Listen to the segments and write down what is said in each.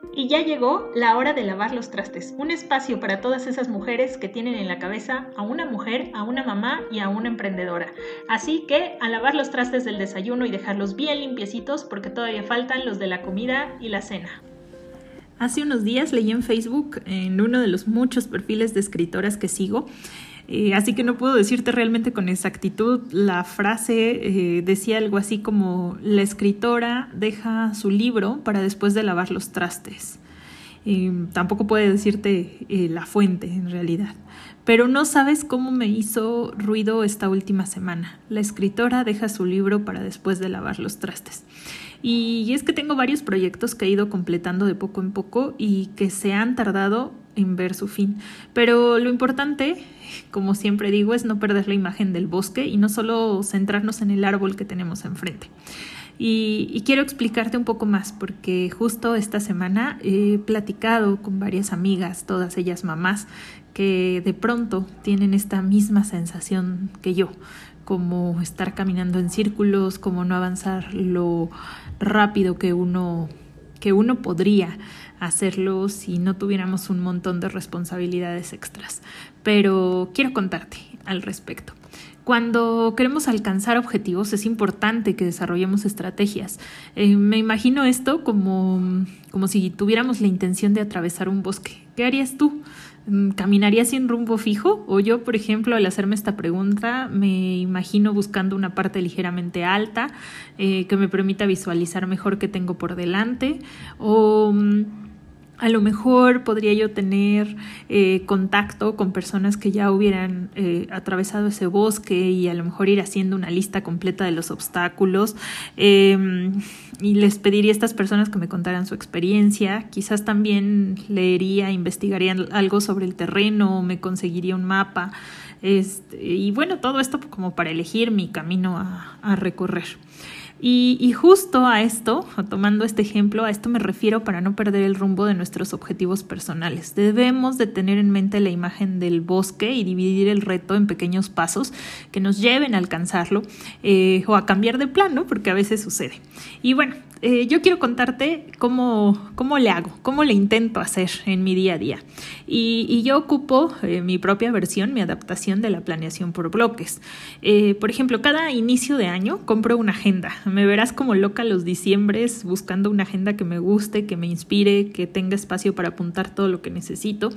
Y ya llegó la hora de lavar los trastes, un espacio para todas esas mujeres que tienen en la cabeza a una mujer, a una mamá y a una emprendedora. Así que a lavar los trastes del desayuno y dejarlos bien limpiecitos porque todavía faltan los de la comida y la cena. Hace unos días leí en Facebook, en uno de los muchos perfiles de escritoras que sigo, así que no puedo decirte realmente con exactitud. La frase decía algo así como: la escritora deja su libro para después de lavar los trastes. Tampoco puede decirte la fuente en realidad. Pero no sabes cómo me hizo ruido esta última semana. La escritora deja su libro para después de lavar los trastes. Y es que tengo varios proyectos que he ido completando de poco en poco y que se han tardado en ver su fin. Pero lo importante, como siempre digo, es no perder la imagen del bosque y no solo centrarnos en el árbol que tenemos enfrente. Y quiero explicarte un poco más porque justo esta semana he platicado con varias amigas, todas ellas mamás, que de pronto tienen esta misma sensación que yo, como estar caminando en círculos, como no avanzar lo rápido que uno podría hacerlo si no tuviéramos un montón de responsabilidades extras. Pero quiero contarte al respecto. Cuando queremos alcanzar objetivos es importante que desarrollemos estrategias. Me imagino esto como si tuviéramos la intención de atravesar un bosque. ¿Qué harías tú? ¿Caminarías sin rumbo fijo? O yo, por ejemplo, al hacerme esta pregunta, me imagino buscando una parte ligeramente alta que me permita visualizar mejor qué tengo por delante. O a lo mejor podría yo tener contacto con personas que ya hubieran atravesado ese bosque y a lo mejor ir haciendo una lista completa de los obstáculos y les pediría a estas personas que me contaran su experiencia. Quizás también leería, investigaría algo sobre el terreno, me conseguiría un mapa y bueno, todo esto como para elegir mi camino a recorrer. Y justo a esto, tomando este ejemplo, a esto me refiero para no perder el rumbo de nuestros objetivos personales. Debemos de tener en mente la imagen del bosque y dividir el reto en pequeños pasos que nos lleven a alcanzarlo o a cambiar de plan, ¿no? Porque a veces sucede. Y bueno, yo quiero contarte cómo le hago, cómo le intento hacer en mi día a día. Y yo ocupo mi propia versión, mi adaptación de la planeación por bloques. Por ejemplo, cada inicio de año compro una agenda. Me verás como loca los diciembres buscando una agenda que me guste, que me inspire, que tenga espacio para apuntar todo lo que necesito.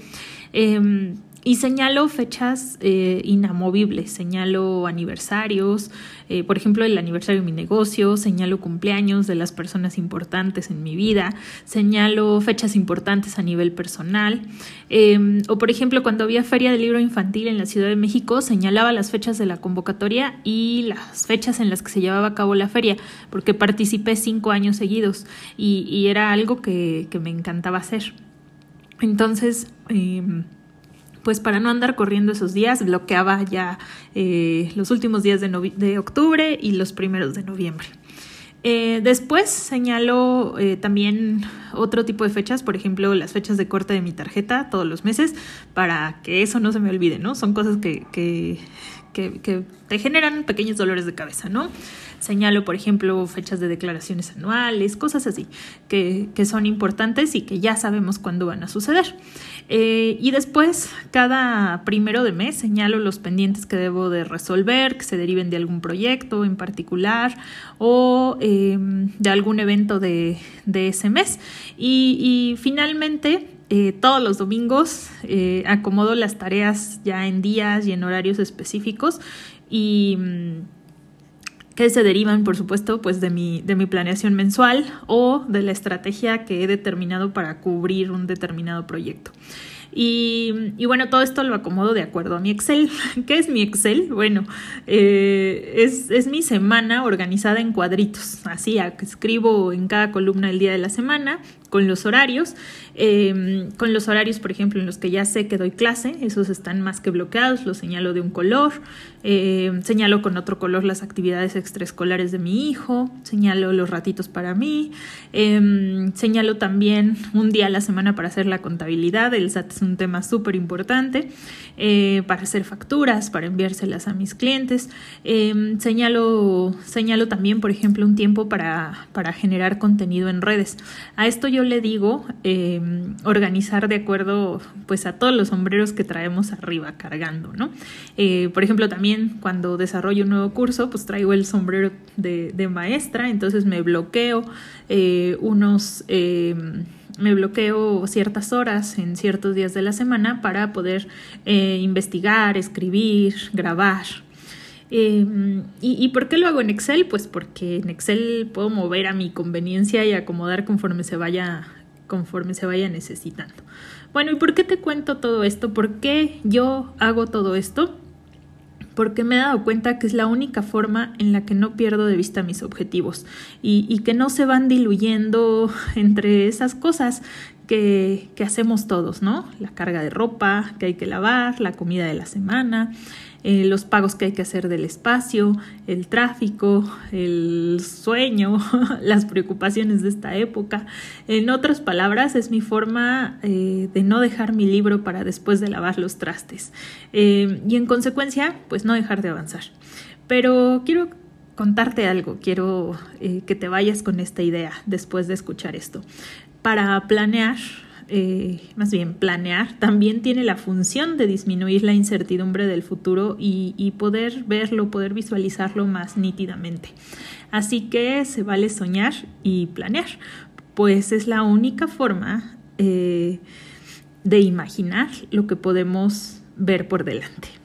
Y señalo fechas inamovibles, señalo aniversarios, por ejemplo, el aniversario de mi negocio, señalo cumpleaños de las personas importantes en mi vida, señalo fechas importantes a nivel personal, o por ejemplo, cuando había Feria del Libro Infantil en la Ciudad de México, señalaba las fechas de la convocatoria y las fechas en las que se llevaba a cabo la feria, porque participé 5 años seguidos y era algo que me encantaba hacer. Entonces, pues para no andar corriendo esos días, bloqueaba ya los últimos días de octubre y los primeros de noviembre. Después señalo también otro tipo de fechas, por ejemplo, las fechas de corte de mi tarjeta todos los meses, para que eso no se me olvide, ¿no? Son cosas que te generan pequeños dolores de cabeza, ¿no? Señalo, por ejemplo, fechas de declaraciones anuales, cosas así, que son importantes y que ya sabemos cuándo van a suceder. Y después, cada 1 de mes, señalo los pendientes que debo de resolver, que se deriven de algún proyecto en particular o de algún evento de ese mes. Y finalmente, todos los domingos acomodo las tareas ya en días y en horarios específicos y que se derivan, por supuesto, pues de mi planeación mensual o de la estrategia que he determinado para cubrir un determinado proyecto. Y bueno, todo esto lo acomodo de acuerdo a mi Excel. ¿Qué es mi Excel? Bueno, es mi semana organizada en cuadritos. Así, escribo en cada columna el día de la semana, con los horarios, por ejemplo, en los que ya sé que doy clase, esos están más que bloqueados, los señalo de un color, señalo con otro color las actividades extraescolares de mi hijo, señalo los ratitos para mí, señalo también un día a la semana para hacer la contabilidad. El SAT es un tema súper importante, para hacer facturas, para enviárselas a mis clientes. Señalo también, por ejemplo, un tiempo para generar contenido en redes. A esto yo yo le digo organizar de acuerdo pues a todos los sombreros que traemos arriba cargando, ¿no? Por ejemplo, también cuando desarrollo un nuevo curso, pues traigo el sombrero de maestra, entonces me bloqueo me bloqueo ciertas horas en ciertos días de la semana para poder investigar, escribir, grabar. ¿Y por qué lo hago en Excel? Pues porque en Excel puedo mover a mi conveniencia y acomodar conforme se vaya necesitando. Bueno, ¿y por qué te cuento todo esto? ¿Por qué yo hago todo esto? Porque me he dado cuenta que es la única forma en la que no pierdo de vista mis objetivos y que no se van diluyendo entre esas cosas que hacemos todos, ¿no? La carga de ropa que hay que lavar, la comida de la semana, los pagos que hay que hacer del espacio, el tráfico, el sueño, las preocupaciones de esta época. En otras palabras, es mi forma de no dejar mi libro para después de lavar los trastes y en consecuencia, pues no dejar de avanzar. Pero quiero contarte algo, quiero que te vayas con esta idea después de escuchar esto. Para planear, planear también tiene la función de disminuir la incertidumbre del futuro y poder verlo, poder visualizarlo más nítidamente. Así que se vale soñar y planear, pues es la única forma de imaginar lo que podemos ver por delante.